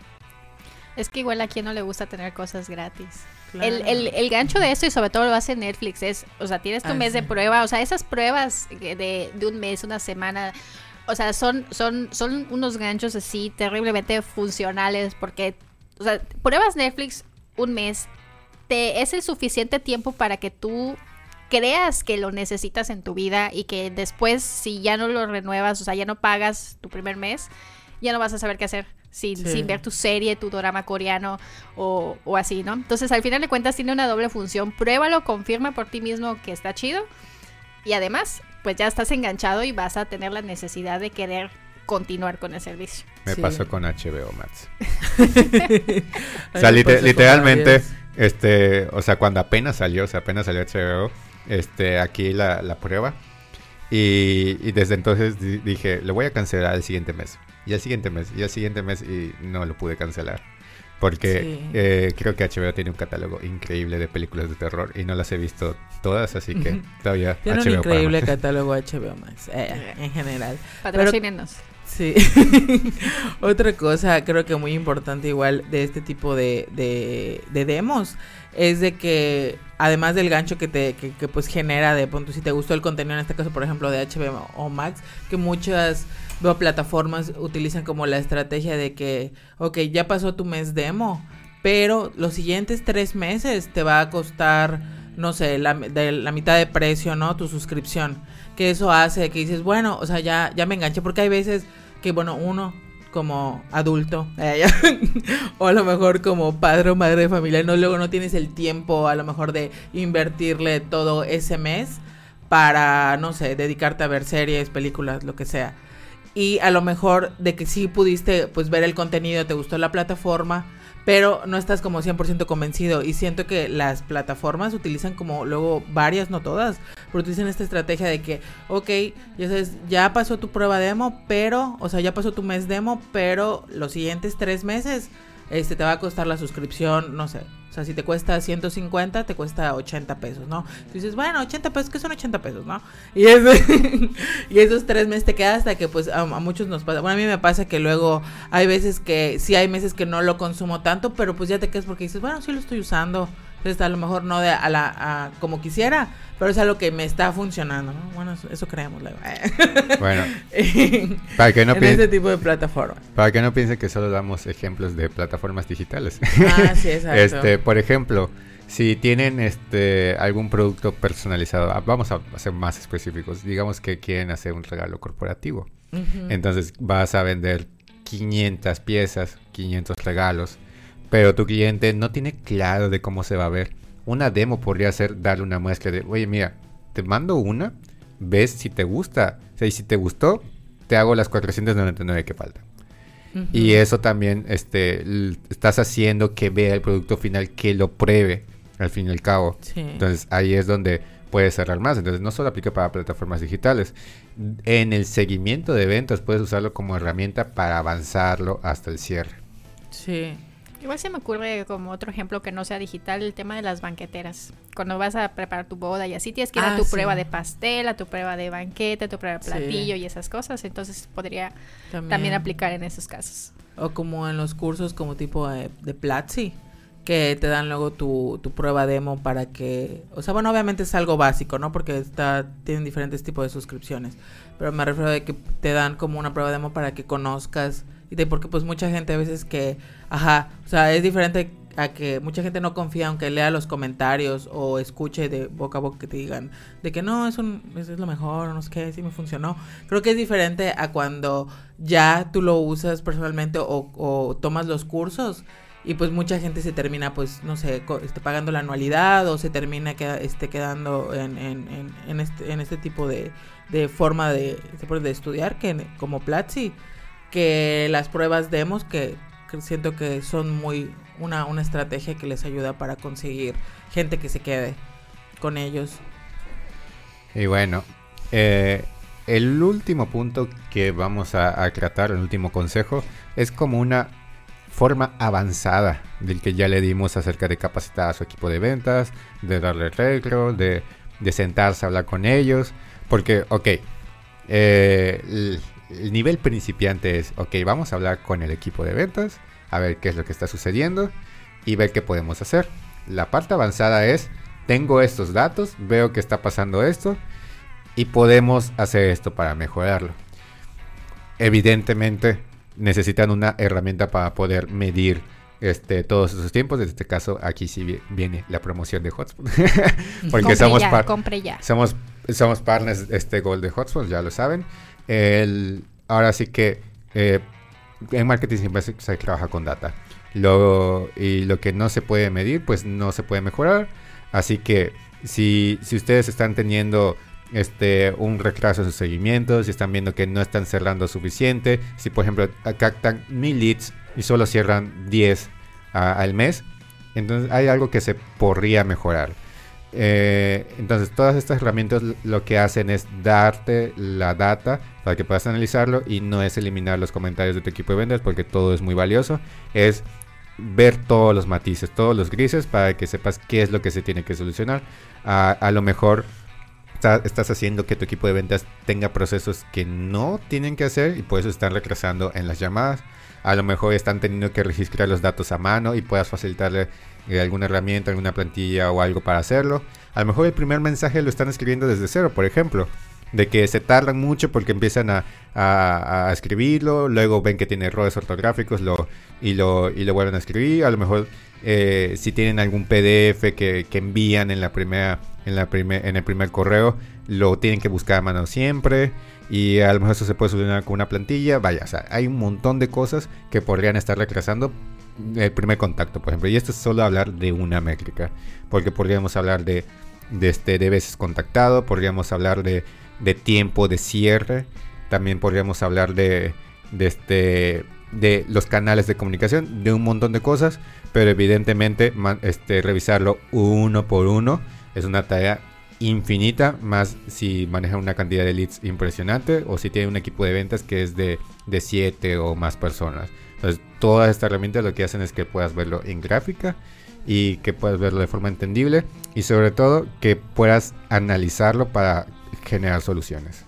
Es que igual a quien no le gusta tener cosas gratis. Claro. El gancho de esto, y sobre todo lo hace Netflix, es, o sea, tienes tu mes de prueba, o sea, esas pruebas de un mes, una semana, o sea, son unos ganchos así terriblemente funcionales, porque, o sea, pruebas Netflix un mes, es el suficiente tiempo para que tú creas que lo necesitas en tu vida y que después, si ya no lo renuevas, o sea, ya no pagas tu primer mes, ya no vas a saber qué hacer sin ver tu serie, tu drama coreano o así, ¿no? Entonces, al final de cuentas, tiene una doble función. Pruébalo, confirma por ti mismo que está chido y además, pues ya estás enganchado y vas a tener la necesidad de querer continuar con el servicio. Me pasó con HBO Max. O sea, literalmente, o sea, cuando apenas salió HBO, aquí la prueba, y desde entonces dije, lo voy a cancelar el siguiente mes, y el siguiente mes, y el siguiente mes, y no lo pude cancelar, porque creo que HBO tiene un catálogo increíble de películas de terror, y no las he visto todas, así que todavía tiene un increíble catálogo HBO Max, en general. Patrocínenos. Sí. Otra cosa creo que muy importante igual de este tipo de demos es de que además del gancho que pues genera de punto, si te gustó el contenido, en este caso por ejemplo de HBO Max, que muchas plataformas utilizan como la estrategia de que ya pasó tu mes demo, pero los siguientes 3 meses te va a costar, no sé, la mitad de precio, ¿no? Tu suscripción. Que eso hace que dices, bueno, o sea, ya me enganché, porque hay veces que, bueno, uno como adulto o a lo mejor como padre o madre de familia, luego no tienes el tiempo a lo mejor de invertirle todo ese mes para, no sé, dedicarte a ver series, películas, lo que sea. Y a lo mejor de que sí pudiste pues ver el contenido, te gustó la plataforma, pero no estás como 100% convencido. Y siento que las plataformas utilizan como luego varias, no todas, pero utilizan esta estrategia de que, ya sabes, ya pasó tu prueba demo, pero, o sea, ya pasó tu mes demo, pero los siguientes 3 meses te va a costar la suscripción, no sé. O sea, si te cuesta 150, te cuesta 80 pesos, ¿no? Tú dices, bueno, 80 pesos, ¿qué son 80 pesos, no? Y, y esos 3 meses te queda hasta que, pues, a muchos nos pasa. Bueno, a mí me pasa que luego hay veces que, sí hay meses que no lo consumo tanto, pero pues ya te quedas porque dices, bueno, sí lo estoy usando. Entonces, a lo mejor no como quisiera, pero es algo que me está funcionando, ¿no? Bueno, eso creemos luego. Bueno, para que no en ese tipo de plataformas. Para que no piensen que solo damos ejemplos de plataformas digitales. Ah, sí, exacto. Por ejemplo, si tienen algún producto personalizado, vamos a ser más específicos. Digamos que quieren hacer un regalo corporativo. Uh-huh. Entonces vas a vender 500 piezas, 500 regalos, pero tu cliente no tiene claro de cómo se va a ver. Una demo podría ser darle una muestra de, oye, mira, te mando una, ves si te gusta. O sea, y si te gustó, te hago las 499 que faltan. Uh-huh. Y eso también estás haciendo que vea el producto final, que lo pruebe al fin y al cabo. Sí. Entonces ahí es donde puedes cerrar más. Entonces no solo aplica para plataformas digitales. En el seguimiento de ventas puedes usarlo como herramienta para avanzarlo hasta el cierre. Sí. Igual se me ocurre como otro ejemplo que no sea digital, el tema de las banqueteras. Cuando vas a preparar tu boda y así tienes que ir a tu prueba de pastel, a tu prueba de banquete, a tu prueba de platillo y esas cosas. Entonces podría también aplicar en esos casos. O como en los cursos como tipo de Platzi, que te dan luego tu prueba demo para que... O sea, bueno, obviamente es algo básico, ¿no? Porque tienen diferentes tipos de suscripciones. Pero me refiero a que te dan como una prueba demo para que conozcas... Porque pues mucha gente a veces que... o sea, es diferente a que mucha gente no confía aunque lea los comentarios o escuche de boca a boca que te digan de que no, eso es lo mejor, no sé qué, sí me funcionó. Creo que es diferente a cuando ya tú lo usas personalmente o tomas los cursos y pues mucha gente se termina, pues, no sé, pagando la anualidad o se termina quedando en este tipo de forma de estudiar, que como Platzi, que las pruebas demos que siento que son muy una estrategia que les ayuda para conseguir gente que se quede con ellos. Y bueno, el último punto que vamos a tratar, el último consejo, es como una forma avanzada del que ya le dimos acerca de capacitar a su equipo de ventas, de darle reglo, de sentarse a hablar con ellos, porque, el nivel principiante es, vamos a hablar con el equipo de ventas, a ver qué es lo que está sucediendo y ver qué podemos hacer. La parte avanzada es, tengo estos datos, veo que está pasando esto y podemos hacer esto para mejorarlo. Evidentemente necesitan una herramienta para poder medir todos esos tiempos. En este caso aquí sí viene la promoción de Hotspot. Porque somos partners Gold de Hotspot, ya lo saben. Ahora sí que en marketing siempre se trabaja con data. Lo que no se puede medir, pues no se puede mejorar. Así que si ustedes están teniendo un retraso en sus seguimientos, si están viendo que no están cerrando suficiente, si por ejemplo captan 1000 leads y solo cierran 10 al mes, entonces hay algo que se podría mejorar. Entonces todas estas herramientas lo que hacen es darte la data para que puedas analizarlo, y no es eliminar los comentarios de tu equipo de ventas porque todo es muy valioso, es ver todos los matices, todos los grises, para que sepas qué es lo que se tiene que solucionar. A lo mejor estás haciendo que tu equipo de ventas tenga procesos que no tienen que hacer y por eso están retrasando en las llamadas. A lo mejor están teniendo que registrar los datos a mano y puedas facilitarle alguna herramienta, alguna plantilla o algo para hacerlo. A lo mejor el primer mensaje lo están escribiendo desde cero, por ejemplo, de que se tardan mucho porque empiezan a escribirlo, luego ven que tiene errores ortográficos y lo vuelven a escribir. A lo mejor si tienen algún PDF que envían en el primer correo, lo tienen que buscar a mano siempre, y a lo mejor eso se puede solucionar con una plantilla. Vaya, o sea, hay un montón de cosas que podrían estar retrasando el primer contacto, por ejemplo. Y esto es solo hablar de una métrica, porque podríamos hablar de veces contactado, podríamos hablar de tiempo de cierre, también podríamos hablar de los canales de comunicación, de un montón de cosas, pero evidentemente revisarlo uno por uno es una tarea infinita, más si manejan una cantidad de leads impresionante o si tienen un equipo de ventas que es de 7 o más personas. Entonces, todas estas herramientas lo que hacen es que puedas verlo en gráfica y que puedas verlo de forma entendible y sobre todo que puedas analizarlo para generar soluciones.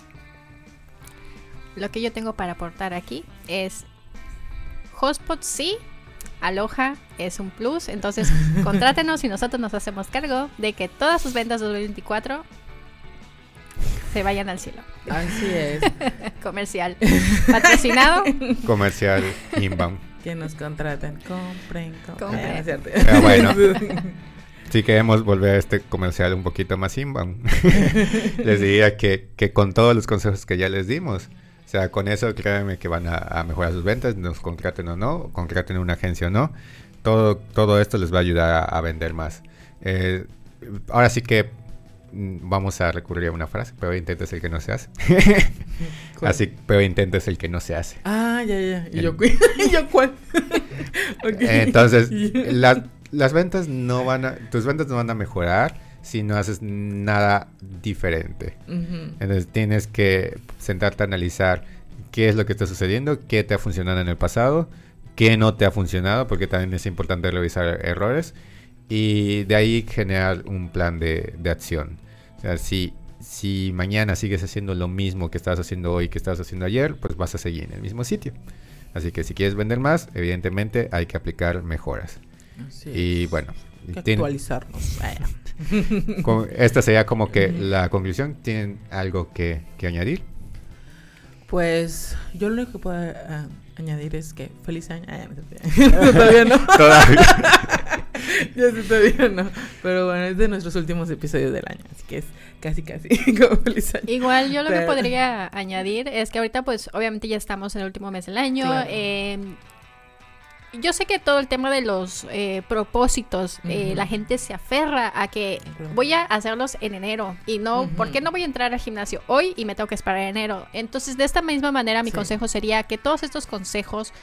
Lo que yo tengo para aportar aquí es Hotspot sí, Aloha es un plus, entonces contrátenos y nosotros nos hacemos cargo de que todas sus ventas 2024 se vayan al cielo. Así es. Comercial. Patrocinado. Comercial inbound. Que nos contraten. Compren. Compren. Es cierto. Bueno, si queremos volver a este comercial un poquito más inbound, les diría que con todos los consejos que ya les dimos, o sea, con eso créanme que van a mejorar sus ventas, nos contraten o no, contraten una agencia o no, todo esto les va a ayudar a vender más. Ahora sí que vamos a recurrir a una frase, pero intentes el que no se hace. Así, pero intentes el que no se hace. Ah, ya. ¿Y yo cuál? Okay. Entonces, las ventas tus ventas no van a mejorar si no haces nada diferente. Uh-huh. Entonces, tienes que sentarte a analizar qué es lo que está sucediendo, qué te ha funcionado en el pasado, qué no te ha funcionado, porque también es importante revisar errores y de ahí generar un plan de acción. O sea, si mañana sigues haciendo lo mismo que estabas haciendo hoy, que estabas haciendo ayer, pues vas a seguir en el mismo sitio. Así que si quieres vender más, evidentemente hay que aplicar mejoras. Así y es. bueno, actualizarnos. Esta sería como que la conclusión. ¿Tienen algo que añadir? Pues yo lo único que puedo añadir es que feliz año. Todavía no. Ya sé, todavía no. Pero bueno, es de nuestros últimos episodios del año, así que es casi como feliz año. Igual yo lo que podría añadir es que ahorita pues obviamente ya estamos en el último mes del año. Claro. Yo sé que todo el tema de los propósitos, uh-huh, la gente se aferra a que voy a hacerlos en enero y no, uh-huh, ¿por qué no voy a entrar al gimnasio hoy y me tengo que esperar en enero? Entonces, de esta misma manera, mi consejo sería que todos estos consejos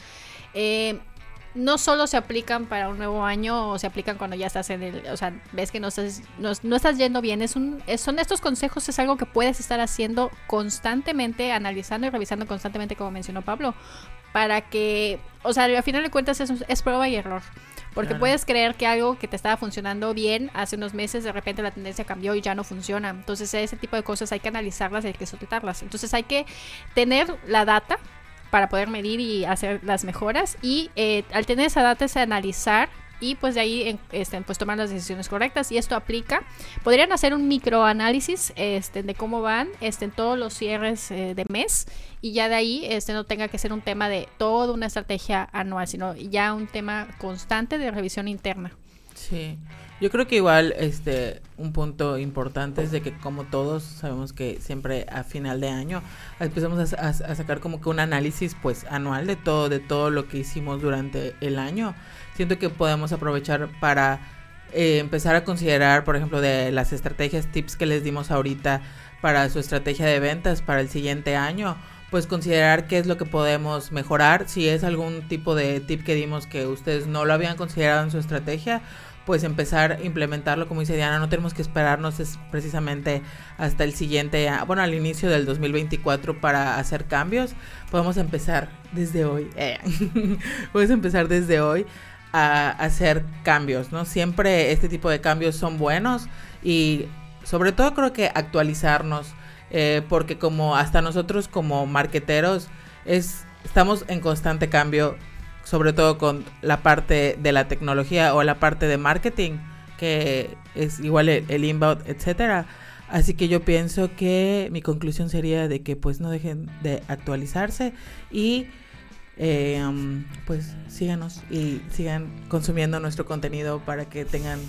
no solo se aplican para un nuevo año o se aplican cuando ya estás o sea, ves que no estás yendo bien. Son estos consejos, es algo que puedes estar haciendo constantemente, analizando y revisando constantemente, como mencionó Pablo, para que, o sea, al final de cuentas es prueba y error. Porque claro, puedes creer que algo que te estaba funcionando bien hace unos meses, de repente la tendencia cambió y ya no funciona. Entonces ese tipo de cosas hay que analizarlas y hay que soltarlas. Entonces hay que tener la data para poder medir y hacer las mejoras. Y al tener esa data es analizar y pues de ahí pues tomar las decisiones correctas. Y esto aplica. Podrían hacer un microanálisis de cómo van en todos los cierres de mes. Y ya de ahí no tenga que ser un tema de toda una estrategia anual, sino ya un tema constante de revisión interna. Sí, yo creo que igual un punto importante es de que, como todos sabemos que siempre a final de año empezamos a sacar como que un análisis pues anual de todo lo que hicimos durante el año. Siento que podemos aprovechar para empezar a considerar, por ejemplo, de las estrategias, tips que les dimos ahorita para su estrategia de ventas para el siguiente año. Pues considerar qué es lo que podemos mejorar. Si es algún tipo de tip que dimos que ustedes no lo habían considerado en su estrategia, pues empezar a implementarlo. Como dice Diana, no tenemos que esperarnos precisamente hasta el siguiente, al inicio del 2024 para hacer cambios. Podemos empezar desde hoy. Puedes empezar desde hoy a hacer cambios, ¿no? Siempre este tipo de cambios son buenos y sobre todo creo que actualizarnos. Porque como hasta nosotros como marketeros estamos en constante cambio, sobre todo con la parte de la tecnología o la parte de marketing, que es igual el inbound, etcétera. Así que yo pienso que mi conclusión sería de que pues no dejen de actualizarse y pues síganos y sigan consumiendo nuestro contenido para que tengan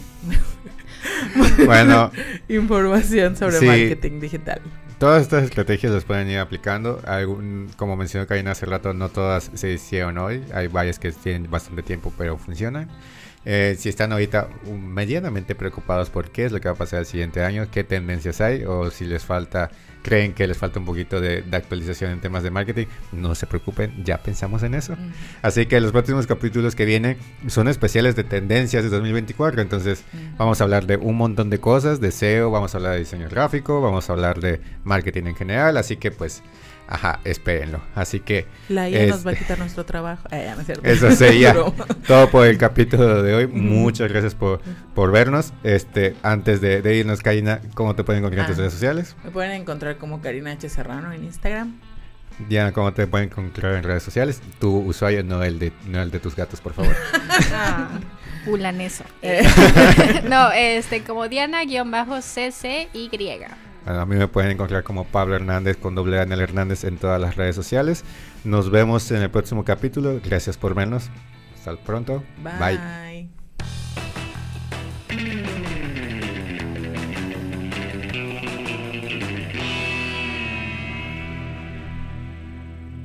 información sobre marketing digital. Todas estas estrategias las pueden ir aplicando. Como mencionó Karina hace rato, no todas se hicieron hoy. Hay varias que tienen bastante tiempo pero funcionan. Si están ahorita medianamente preocupados por qué es lo que va a pasar el siguiente año, qué tendencias hay, o si les falta creen que les falta un poquito de actualización en temas de marketing, no se preocupen, ya pensamos en eso. Así que los próximos capítulos que vienen son especiales de tendencias de 2024, entonces vamos a hablar de un montón de cosas, de SEO, vamos a hablar de diseño gráfico, vamos a hablar de marketing en general, así que pues, espérenlo. Así que la IA nos va a quitar nuestro trabajo. No es cierto. Eso sería todo por el capítulo de hoy. Muchas gracias por vernos. Antes de irnos, Karina, ¿cómo te pueden encontrar en tus redes sociales? Me pueden encontrar como Karina H. Serrano en Instagram. Diana, ¿cómo te pueden encontrar en redes sociales? Tu usuario, no el de tus gatos, por favor. Pulaneso. No, como Diana-CCY. Bueno, a mí me pueden encontrar como Pablo Hernández con doble Daniel Hernández en todas las redes sociales. Nos vemos en el próximo capítulo. Gracias por vernos. Hasta pronto. Bye.